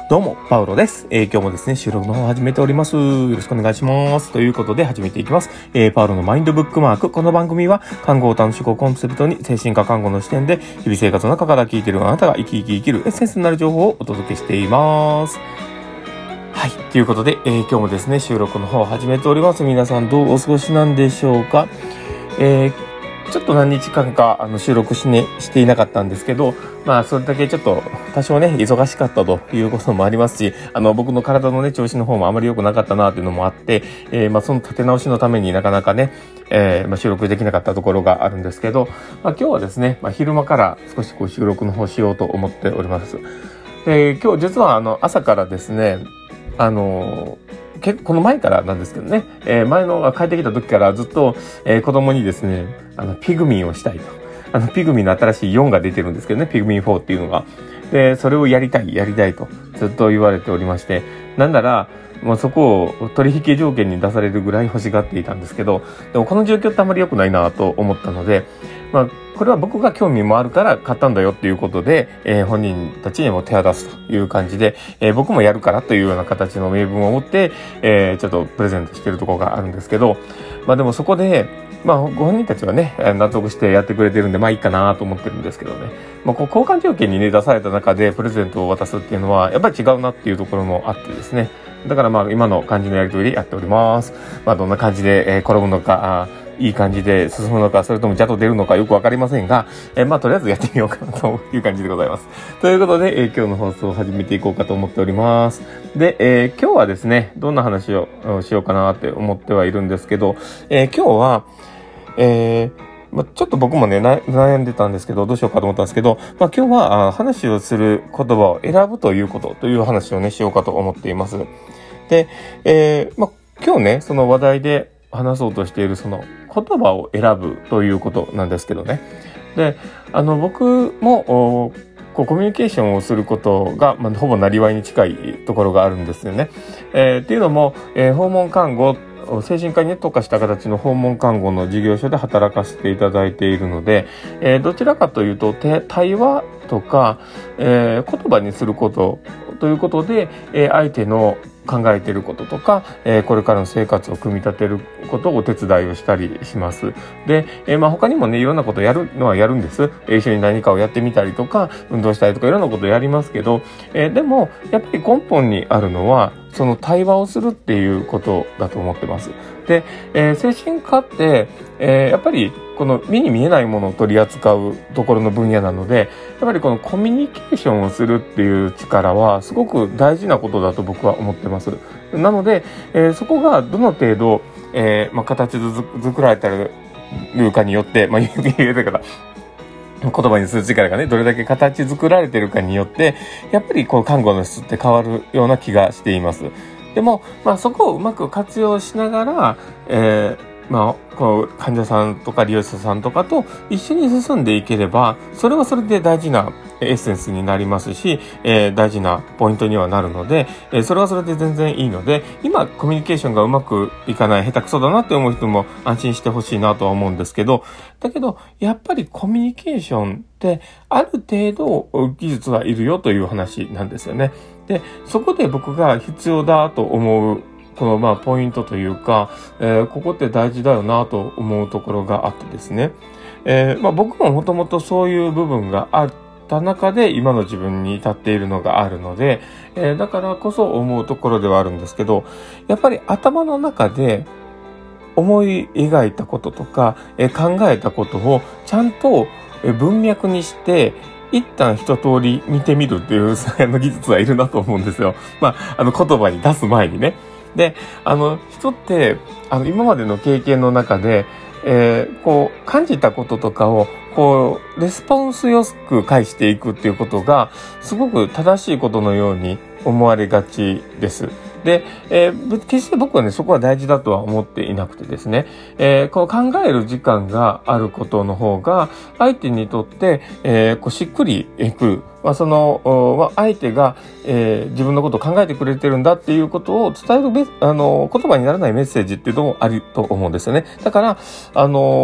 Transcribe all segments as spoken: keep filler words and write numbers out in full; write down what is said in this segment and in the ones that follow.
どうも、パウロです。えー、今日もですね、収録の方を始めております。よろしくお願いします。ということで始めていきます。えー、パウロのマインドブックマーク。この番組は、看護を楽しくをコンセプトに、精神科看護の視点で、日々生活の中から聞いているあなたが生き生き生きるエッセンスになる情報をお届けしています。はい。ということで、えー、今日もですね、収録の方を始めております。皆さんどうお過ごしなんでしょうか。えーちょっと何日間かあの収録しね、していなかったんですけど、まあそれだけちょっと多少ね、忙しかったということもありますし、あの僕の体のね、調子の方もあまり良くなかったなというのもあって、えー、まあその立て直しのためになかなかね、えー、まあ収録できなかったところがあるんですけど、まあ今日はですね、まあ昼間から少しこう収録の方しようと思っております。で、今日実はあの朝からですね、あのー結構この前からなんですけどね、えー、前の帰ってきた時からずっと、えー、子供にですね、あの、ピグミンをしたいと。あの、ピグミンの新しいよんが出てるんですけどね、ピグミンフォーっていうのが。で、それをやりたい、やりたいとずっと言われておりまして、なんなら、もうそこを取引条件に出されるぐらい欲しがっていたんですけど、でもこの状況ってあんまり良くないなと思ったので、まあ、これは僕が興味もあるから買ったんだよっていうことで、えー、本人たちにも手を出すという感じで、えー、僕もやるからというような形の名分を持って、えー、ちょっとプレゼントしてるところがあるんですけど、まあでもそこで、まあご本人たちはね、納得してやってくれてるんで、まあいいかなと思ってるんですけどね。まあこう交換条件にね、出された中でプレゼントを渡すっていうのは、やっぱり違うなっていうところもあってですね。だからまあ今の感じのやりとりでやっております。まあどんな感じで、えー、転ぶのか、いい感じで進むのか、それとも邪と出るのかよくわかりませんが、えー、まあとりあえずやってみようかなという感じでございます。ということで、えー、今日の放送を始めていこうかと思っております。で、えー、今日はですね、どんな話をしようかなって思ってはいるんですけど、えー、今日は、えーまあ、ちょっと僕もね、悩んでたんですけど、どうしようかと思ったんですけど、まあ、今日は話をする言葉を選ぶということという話をね、しようかと思っています。で、えーまあ、今日ね、その話題で話そうとしているその言葉を選ぶということなんですけどね。で、あの、僕も、こうコミュニケーションをすることが、まあ、ほぼなりわいに近いところがあるんですよね。えー、っていうのも、えー、訪問看護、精神科に特化した形の訪問看護の事業所で働かせていただいているので、えー、どちらかというと対話とか、えー、言葉にすることということで、えー、相手の考えていることとか、えー、これからの生活を組み立てることをお手伝いをしたりします。で、えー、まあ他にもね、いろんなことをやるのはやるんです。一緒に何かをやってみたりとか、運動したりとかいろんなことをやりますけど、えー、でもやっぱり根本にあるのは、その対話をするっていうことだと思ってます。で、えー、精神科って、えー、やっぱりこの目に見えないものを取り扱うところの分野なので、やっぱりこのコミュニケーションをするっていう力はすごく大事なことだと僕は思ってます。なので、えー、そこがどの程度、えーまあ、形作られてるかによって、まあ、言うてから、言葉にする力がね、どれだけ形作られてるかによって、やっぱりこう看護の質って変わるような気がしています。でも、まあそこをうまく活用しながら、えーまあ、こう、患者さんとか利用者さんとかと一緒に進んでいければ、それはそれで大事なエッセンスになりますし、えー、大事なポイントにはなるので、えー、それはそれで全然いいので、今コミュニケーションがうまくいかない、下手くそだなって思う人も安心してほしいなとは思うんですけど、だけど、やっぱりコミュニケーションってある程度技術はいるよという話なんですよね。で、そこで僕が必要だと思うこのまあポイントというか、えー、ここって大事だよなと思うところがあってですね。えー、まあ僕ももともとそういう部分があった中で今の自分に至っているのがあるので、えー、だからこそ思うところではあるんですけど、やっぱり頭の中で思い描いたこととか、えー、考えたことをちゃんと文脈にして、一旦一通り見てみるっていう技術はいるなと思うんですよ。まあ、あの言葉に出す前にね。で、あの、人って、あの、今までの経験の中で、えー、こう、感じたこととかを、こう、レスポンスよく返していくっていうことが、すごく正しいことのように思われがちです。で、えー、決して僕はね、そこは大事だとは思っていなくてですね、えー、この考える時間があることの方が、相手にとって、えー、こうしっくりくる。まあ、その、まあ、相手が、えー、自分のことを考えてくれてるんだっていうことを伝えるあの、言葉にならないメッセージっていうのもあると思うんですよね。だから、あの、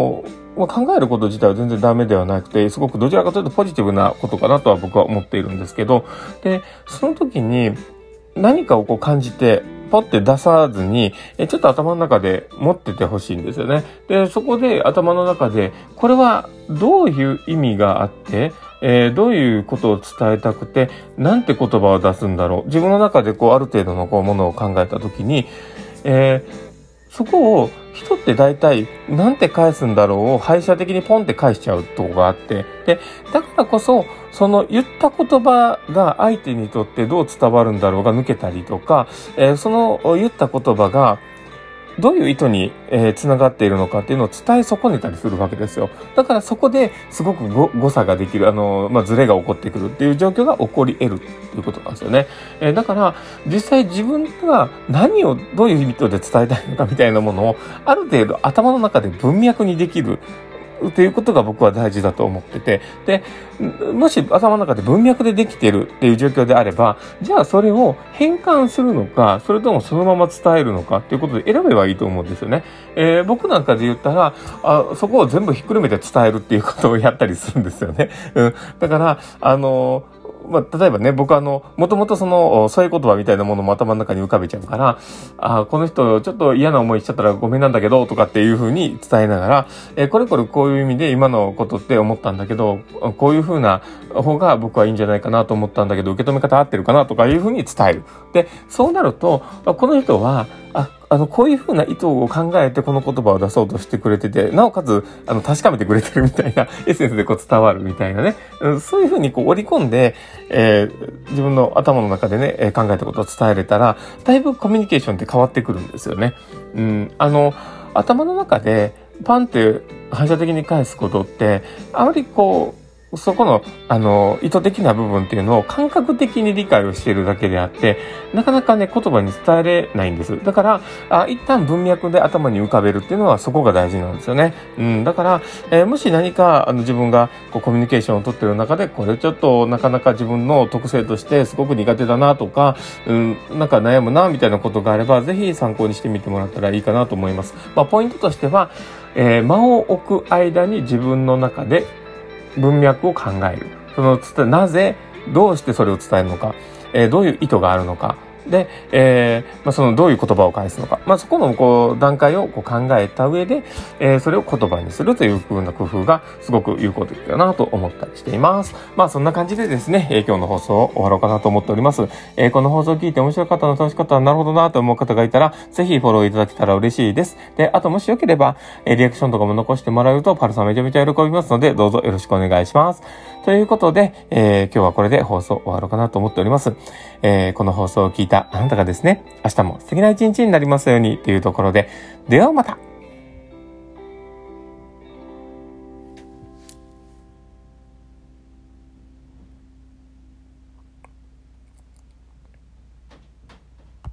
まあ、考えること自体は全然ダメではなくて、すごくどちらかというとポジティブなことかなとは僕は思っているんですけど、で、その時に何かをこう感じて、ポッて出さずに、えちょっと頭の中で持っててほしいんですよね。で、そこで頭の中で、これはどういう意味があって、えー、どういうことを伝えたくて、なんて言葉を出すんだろう。自分の中でこう、ある程度のこう、ものを考えたときに、えーそこを人って大体なんて返すんだろうを反射的にポンって返しちゃうとこがあって、で、だからこそその言った言葉が相手にとってどう伝わるんだろうが抜けたりとか、えー、その言った言葉がどういう意図に、えー、繋がっているのかっていうのを伝え損ねたりするわけですよ。だからそこですごくご誤差ができる、あの、まあ、ズレが起こってくるっていう状況が起こり得るっていうことなんですよね。えー、だから実際自分が何をどういう意図で伝えたいのかみたいなものをある程度頭の中で文脈にできるっていうことが僕は大事だと思ってて、で、もし頭の中で文脈でできてるっていう状況であれば、じゃあそれを変換するのか、それともそのまま伝えるのかっていうことで選べばいいと思うんですよね。えー、僕なんかで言ったらあ、そこを全部ひっくるめて伝えるっていうことをやったりするんですよね。うん、だから、あのーまあ、例えばね、僕あの、もともとその、そういう言葉みたいなものも頭の中に浮かべちゃうから、あ、この人ちょっと嫌な思いしちゃったらごめんなんだけど、とかっていう風に伝えながら、えー、これこれこういう意味で今のことって思ったんだけど、こういう風な方が僕はいいんじゃないかなと思ったんだけど、受け止め方合ってるかなとかいう風に伝える。で、そうなると、この人は、あ、あの、こういう風な意図を考えてこの言葉を出そうとしてくれてて、なおかつ、あの、確かめてくれてるみたいな、エッセンスでこう伝わるみたいなね。そういう風にこう織り込んで、えー、自分の頭の中でね、考えたことを伝えれたら、だいぶコミュニケーションって変わってくるんですよね。うん、あの、頭の中でパンって反射的に返すことって、あまりこう、そこの、あの、意図的な部分っていうのを感覚的に理解をしているだけであって、なかなかね、言葉に伝えれないんです。だから、あ一旦文脈で頭に浮かべるっていうのはそこが大事なんですよね。うん、だから、えー、もし何か、あの、自分がこうコミュニケーションを取っている中で、これちょっとなかなか自分の特性としてすごく苦手だなとか、うん、なんか悩むな、みたいなことがあれば、ぜひ参考にしてみてもらったらいいかなと思います。まあ、ポイントとしては、えー、間を置く間に自分の中で文脈を考える。そのつなぜ、どうしてそれを伝えるのか、えー、どういう意図があるのか。で、えー、まあ、そのどういう言葉を返すのか。まあ、そこのこう段階をこう考えた上で、えー、それを言葉にするという風な工夫がすごく有効的だなと思ったりしています。まあ、そんな感じでですね、えー、今日の放送を終わろうかなと思っております。えー、この放送を聞いて面白かったの楽しかったなるほどなと思う方がいたら、ぜひフォローいただけたら嬉しいです。で、あともしよければ、えー、リアクションとかも残してもらうと、パルさんめちゃめちゃ喜びますので、どうぞよろしくお願いします。ということで、えー、今日はこれで放送終わろうかなと思っております。えー、この放送を聞いたあなたがですね、明日も素敵な一日になりますようにというところで、ではまた。